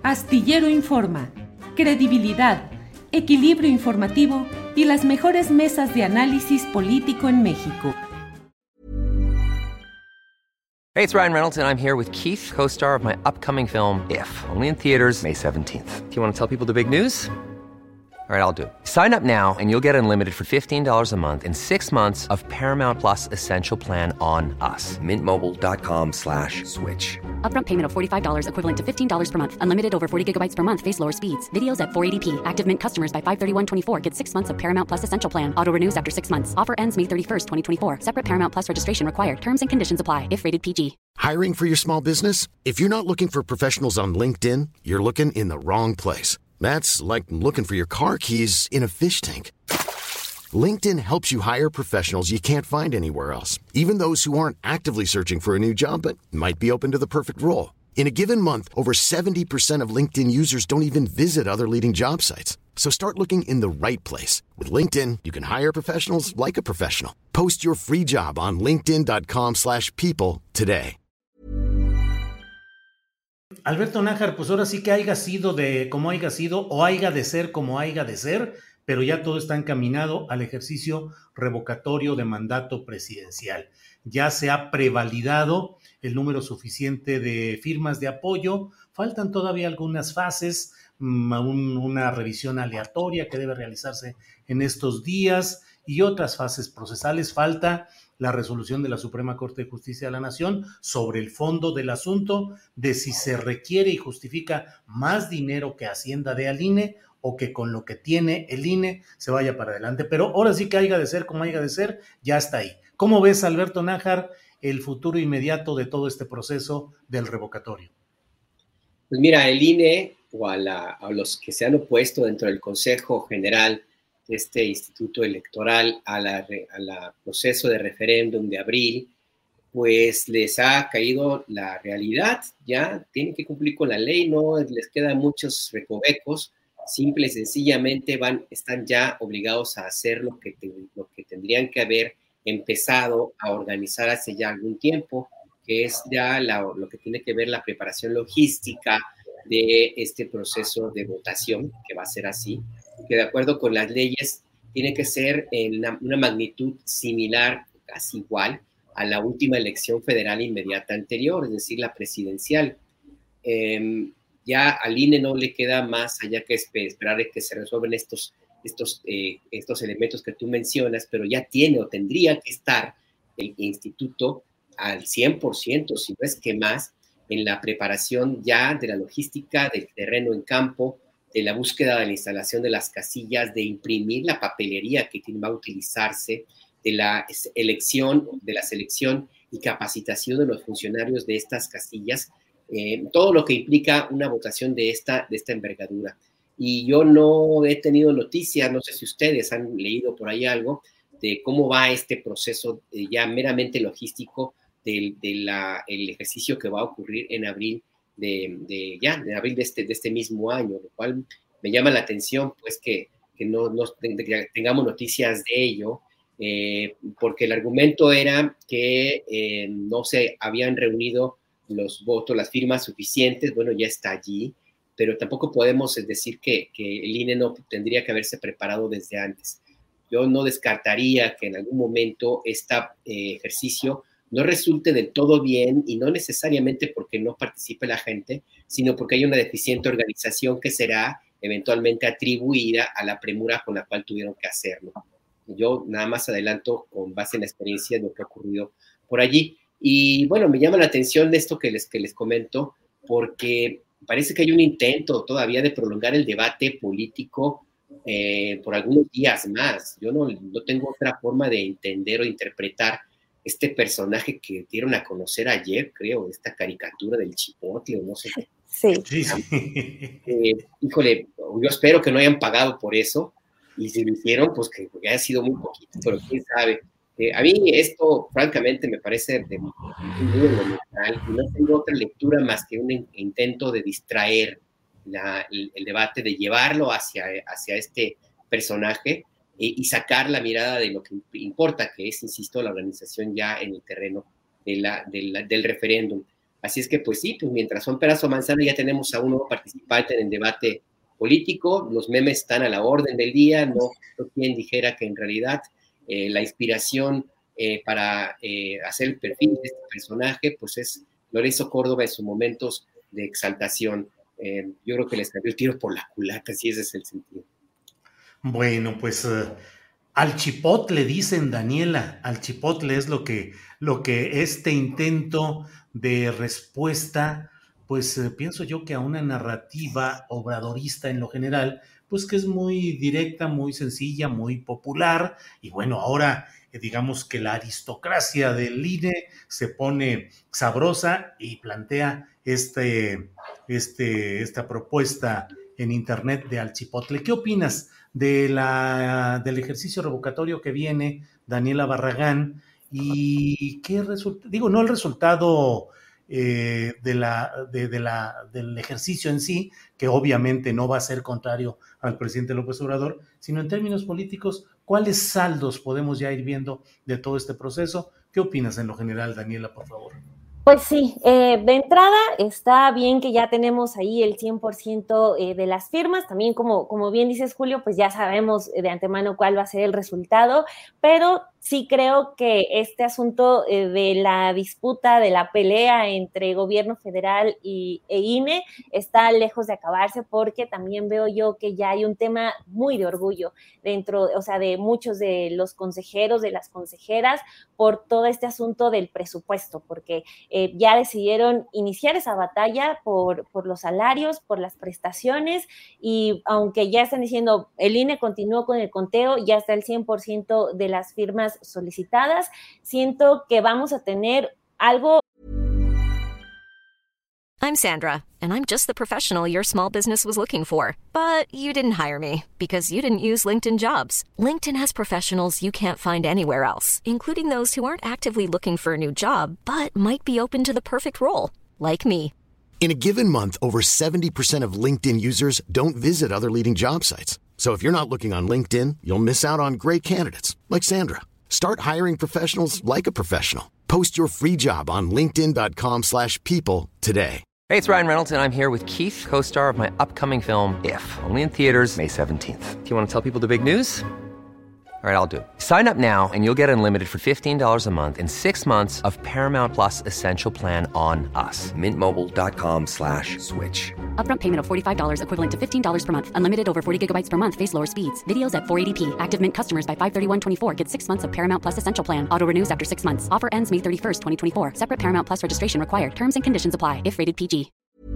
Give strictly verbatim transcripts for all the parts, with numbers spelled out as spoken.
Astillero Informa, credibilidad, equilibrio informativo y las mejores mesas de análisis político en México. Hey, it's Ryan Reynolds, and I'm here with Keith, co-star of my upcoming film, If, only in theaters May seventeenth. Do you want to tell people the big news? All right, I'll do it. Sign up now and you'll get unlimited for fifteen dollars a month and six months of Paramount Plus Essential Plan on us. Mint Mobile dot com slash switch. Upfront payment of forty-five dollars equivalent to fifteen dollars per month. Unlimited over forty gigabytes per month. Face lower speeds. Videos at four eighty p. Active Mint customers by five thirty-one twenty-four get six months of Paramount Plus Essential Plan. Auto renews after six months. Offer ends May thirty-first, twenty twenty-four. Separate Paramount Plus registration required. Terms and conditions apply if rated P G. Hiring for your small business? If you're not looking for professionals on LinkedIn, you're looking in the wrong place. That's like looking for your car keys in a fish tank. LinkedIn helps you hire professionals you can't find anywhere else, even those who aren't actively searching for a new job but might be open to the perfect role. In a given month, over seventy percent of LinkedIn users don't even visit other leading job sites. So start looking in the right place. With LinkedIn, you can hire professionals like a professional. Post your free job on linkedin dot com slash people today. Alberto Nájar, pues ahora sí que haya sido de como haya sido o haya de ser como haya de ser, pero ya todo está encaminado al ejercicio revocatorio de mandato presidencial. Ya se ha prevalidado el número suficiente de firmas de apoyo, faltan todavía algunas fases, un, una revisión aleatoria que debe realizarse en estos días y otras fases procesales. Falta la resolución de la Suprema Corte de Justicia de la Nación sobre el fondo del asunto, de si se requiere y justifica más dinero que Hacienda dé al I N E o que con lo que tiene el I N E se vaya para adelante. Pero ahora sí que haya de ser como haya de ser, ya está ahí. ¿Cómo ves, Alberto Nájar, el futuro inmediato de todo este proceso del revocatorio? Pues mira, el I N E o a, la, a los que se han opuesto dentro del Consejo General de este Instituto Electoral a la, a la proceso de referéndum de abril, pues les ha caído la realidad, ya tienen que cumplir con la ley, no les quedan muchos recovecos, simple y sencillamente van, están ya obligados a hacer lo que, te, lo que tendrían que haber empezado a organizar hace ya algún tiempo, que es ya la, lo que tiene que ver la preparación logística de este proceso de votación, que va a ser así, que de acuerdo con las leyes tiene que ser en una, una magnitud similar, casi igual, a la última elección federal inmediata anterior, es decir, la presidencial. Eh, ya al I N E no le queda más allá que esperar que se resuelvan estos, estos, eh, estos elementos que tú mencionas, pero ya tiene o tendría que estar el instituto al cien por ciento, si no es que más, en la preparación ya de la logística del terreno en campo, de la búsqueda de la instalación de las casillas, de imprimir la papelería que va a utilizarse, de la elección, de la selección y capacitación de los funcionarios de estas casillas, eh, todo lo que implica una votación de esta, de esta envergadura. Y yo no he tenido noticias, no sé si ustedes han leído por ahí algo, de cómo va este proceso eh, ya meramente logístico del de la, el ejercicio que va a ocurrir en abril de, de ya, de abril de este, de este mismo año, lo cual me llama la atención, pues, que, que no, no tengamos noticias de ello, eh, porque el argumento era que eh, no se habían reunido los votos, las firmas suficientes. Bueno, ya está allí, pero tampoco podemos decir que, que el I N E no tendría que haberse preparado desde antes. Yo no descartaría que en algún momento este eh, ejercicio no resulte del todo bien, y no necesariamente porque no participe la gente, sino porque hay una deficiente organización que será eventualmente atribuida a la premura con la cual tuvieron que hacerlo. Yo nada más adelanto con base en la experiencia de lo que ha ocurrido por allí. Y bueno, me llama la atención de esto que les, que les comento, porque parece que hay un intento todavía de prolongar el debate político eh, por algunos días más. Yo no, no tengo otra forma de entender o interpretar este personaje que dieron a conocer ayer, creo, esta caricatura del chipotle, o no sé qué. Sí. Sí, sí. Eh, híjole, yo espero que no hayan pagado por eso, y si lo hicieron, pues que haya sido muy poquito, pero quién sabe. Eh, a mí esto, francamente, me parece de muy elemental, y no tengo otra lectura más que un intento de distraer la, el, el debate, de llevarlo hacia, hacia este personaje, y sacar la mirada de lo que importa, que es, insisto, la organización ya en el terreno de la, de la, del referéndum. Así es que, pues sí, pues mientras son peras o manzanas, ya tenemos a un nuevo participante en el debate político. Los memes están a la orden del día. No, no quien dijera que en realidad eh, la inspiración eh, para eh, hacer el perfil de este personaje, pues es Lorenzo Córdoba en sus momentos de exaltación. Eh, yo creo que le salió el tiro por la culata, si ese es el sentido. Bueno, pues uh, al chipotle dicen, Daniela, al chipotle es lo que, lo que este intento de respuesta, pues uh, pienso yo que a una narrativa obradorista en lo general, pues que es muy directa, muy sencilla, muy popular, y bueno, ahora eh, digamos que la aristocracia del I N E se pone sabrosa y plantea este, este, esta propuesta en internet de al chipotle. ¿Qué opinas de la, del ejercicio revocatorio que viene, Daniela Barragán, y qué resulta, digo, no el resultado eh, de la, de, de la, del ejercicio en sí, que obviamente no va a ser contrario al presidente López Obrador, sino en términos políticos, ¿cuáles saldos podemos ya ir viendo de todo este proceso? ¿Qué opinas en lo general, Daniela, por favor? Pues sí, eh, de entrada está bien que ya tenemos ahí el cien por ciento eh, de las firmas, también como, como bien dices, Julio, pues ya sabemos de antemano cuál va a ser el resultado, pero sí creo que este asunto eh, de la disputa, de la pelea entre gobierno federal y, e I N E está lejos de acabarse, porque también veo yo que ya hay un tema muy de orgullo dentro, o sea, de muchos de los consejeros, de las consejeras, por todo este asunto del presupuesto, porque eh, ya decidieron iniciar esa batalla por, por los salarios, por las prestaciones, y aunque ya están diciendo el I N E continuó con el conteo, ya está el cien por ciento de las firmas solicitadas, siento que vamos a tener algo. I'm Sandra, and I'm just the professional your small business was looking for. But you didn't hire me because you didn't use LinkedIn Jobs. LinkedIn has professionals you can't find anywhere else, including those who aren't actively looking for a new job, but might be open to the perfect role, like me. In a given month, over seventy percent of LinkedIn users don't visit other leading job sites. So if you're not looking on LinkedIn, you'll miss out on great candidates like Sandra. Start hiring professionals like a professional. Post your free job on linkedin dot com slash people today. Hey, it's Ryan Reynolds, and I'm here with Keith, co-star of my upcoming film, If, only in theaters May seventeenth. Do you want to tell people the big news? All right, I'll do it. Sign up now and you'll get unlimited for fifteen dollars a month and six months of Paramount Plus Essential Plan on us. Mint Mobile dot com slash switch. Upfront payment of forty-five dollars equivalent to fifteen dollars per month. Unlimited over forty gigabytes per month. Face lower speeds. Videos at four eighty p. Active Mint customers by five thirty-one twenty-four get six months of Paramount Plus Essential Plan. Auto renews after six months. Offer ends May thirty-first, twenty twenty-four. Separate Paramount Plus registration required. Terms and conditions apply if rated P G.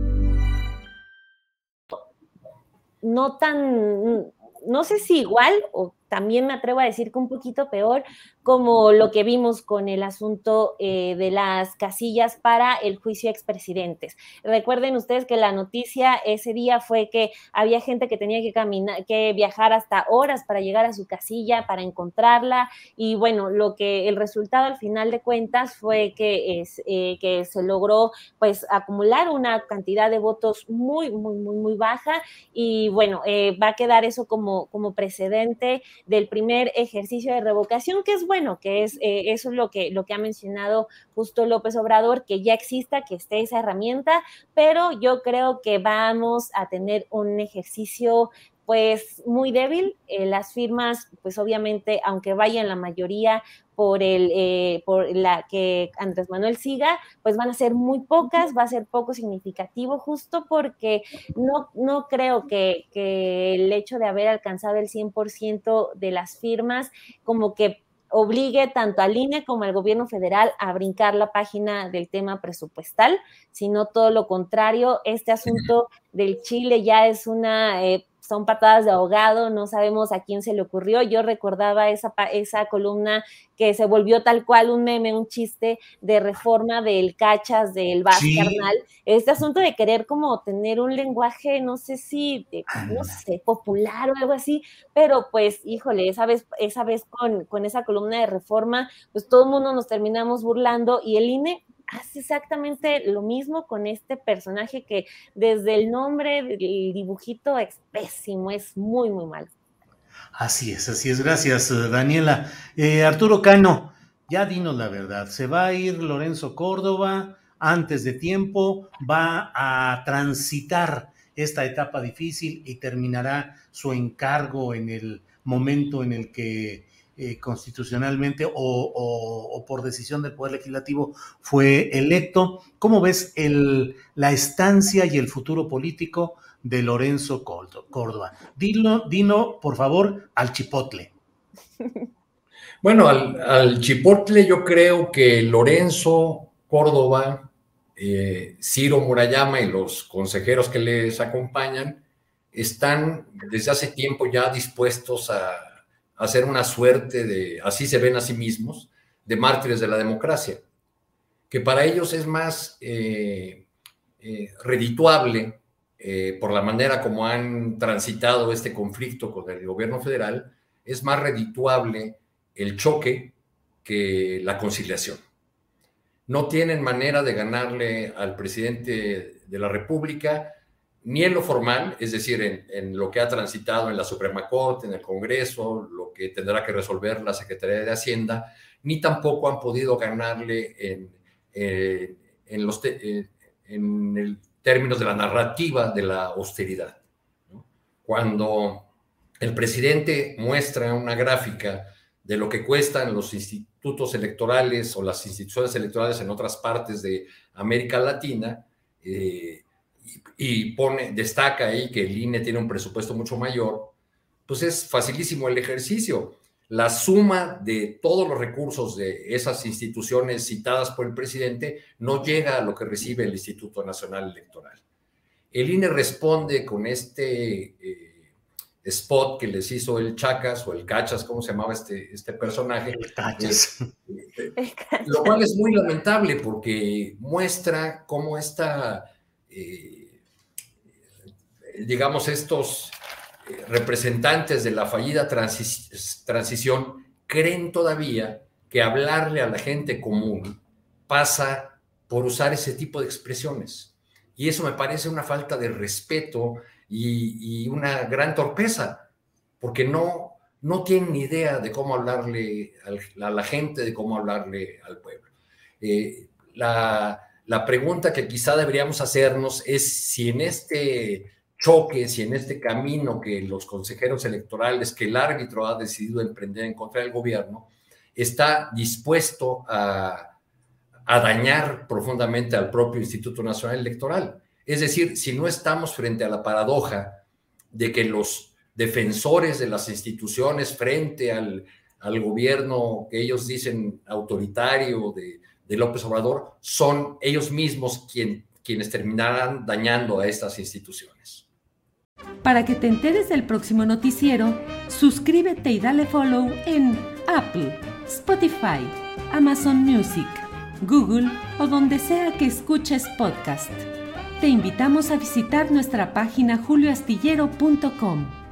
No tan, no sé si igual o también me atrevo a decir que un poquito peor, como lo que vimos con el asunto eh, de las casillas para el juicio a expresidentes. Recuerden ustedes que la noticia ese día fue que había gente que tenía que caminar, que viajar hasta horas para llegar a su casilla, para encontrarla, y bueno, lo que el resultado al final de cuentas fue que, es, eh, que se logró pues acumular una cantidad de votos muy, muy, muy, muy baja, y bueno, eh, va a quedar eso como, como precedente del primer ejercicio de revocación, que es bueno, que es eh, eso es lo que, lo que ha mencionado justo López Obrador, que ya exista, que esté esa herramienta, pero yo creo que vamos a tener un ejercicio pues muy débil. Eh, las firmas, pues obviamente, aunque vayan la mayoría por el eh, por la que Andrés Manuel siga, pues van a ser muy pocas, va a ser poco significativo, justo porque no, no creo que, que el hecho de haber alcanzado el cien por ciento de las firmas como que obligue tanto al I N E como al gobierno federal a brincar la página del tema presupuestal, sino todo lo contrario. Este asunto del Chile ya es una... Eh, son patadas de ahogado, no sabemos a quién se le ocurrió. Yo recordaba esa, esa columna que se volvió tal cual un meme, un chiste de reforma del Cachas, del Vaz sí. Carnal. Este asunto de querer como tener un lenguaje, no sé si, de, no sé, popular o algo así, pero pues, híjole, esa vez, esa vez con, con esa columna de reforma, pues todo el mundo nos terminamos burlando, y el I N E hace exactamente lo mismo con este personaje que desde el nombre, el dibujito es pésimo, es muy, muy malo. Así es, así es. Gracias, Daniela. Eh, Arturo Cano, ya dinos la verdad. ¿Se va a ir Lorenzo Córdoba? antes de tiempo, va a transitar esta etapa difícil y terminará su encargo en el momento en el que eh, constitucionalmente o, o, o por decisión del Poder Legislativo fue electo. ¿Cómo ves el, la estancia y el futuro político de Lorenzo Córdoba? Dilo, dino, por favor, al chipotle. Bueno, al, al chipotle yo creo que Lorenzo Córdoba, eh, Ciro Murayama y los consejeros que les acompañan están desde hace tiempo ya dispuestos a, a hacer una suerte de, así se ven a sí mismos, de mártires de la democracia, que para ellos es más eh, eh, redituable eh, por la manera como han transitado este conflicto con el gobierno federal, es más redituable el choque que la conciliación. No tienen manera de ganarle al presidente de la República, ni en lo formal, es decir, en, en lo que ha transitado en la Suprema Corte, en el Congreso, lo que tendrá que resolver la Secretaría de Hacienda, ni tampoco han podido ganarle en, eh, en, los te, eh, en el términos de la narrativa de la austeridad, ¿no? Cuando el presidente muestra una gráfica de lo que cuestan los institutos electorales o las instituciones electorales en otras partes de América Latina, eh, y, y pone, destaca ahí que el I N E tiene un presupuesto mucho mayor, pues es facilísimo el ejercicio. La suma de todos los recursos de esas instituciones citadas por el presidente no llega a lo que recibe el Instituto Nacional Electoral. El I N E responde con este eh, spot que les hizo el Chacas o el Cachas, ¿cómo se llamaba este, este personaje? El Cachas. Eh, eh, lo cual es muy lamentable porque muestra cómo esta, eh, digamos, estos eh, representantes de la fallida transi- transición creen todavía que hablarle a la gente común pasa por usar ese tipo de expresiones. Y eso me parece una falta de respeto y, y una gran torpeza, porque no, no tienen ni idea de cómo hablarle al, a la gente, de cómo hablarle al pueblo. Eh, la, la pregunta que quizá deberíamos hacernos es si en este choque, si en este camino que los consejeros electorales, que el árbitro ha decidido emprender en contra del gobierno, está dispuesto a, a dañar profundamente al propio Instituto Nacional Electoral. Es decir, si no estamos frente a la paradoja de que los defensores de las instituciones frente al, al gobierno que ellos dicen autoritario de, de López Obrador, son ellos mismos quien, quienes terminarán dañando a estas instituciones. Para que te enteres del próximo noticiero, suscríbete y dale follow en Apple, Spotify, Amazon Music, Google o donde sea que escuches podcast. Te invitamos a visitar nuestra página julio astillero punto com.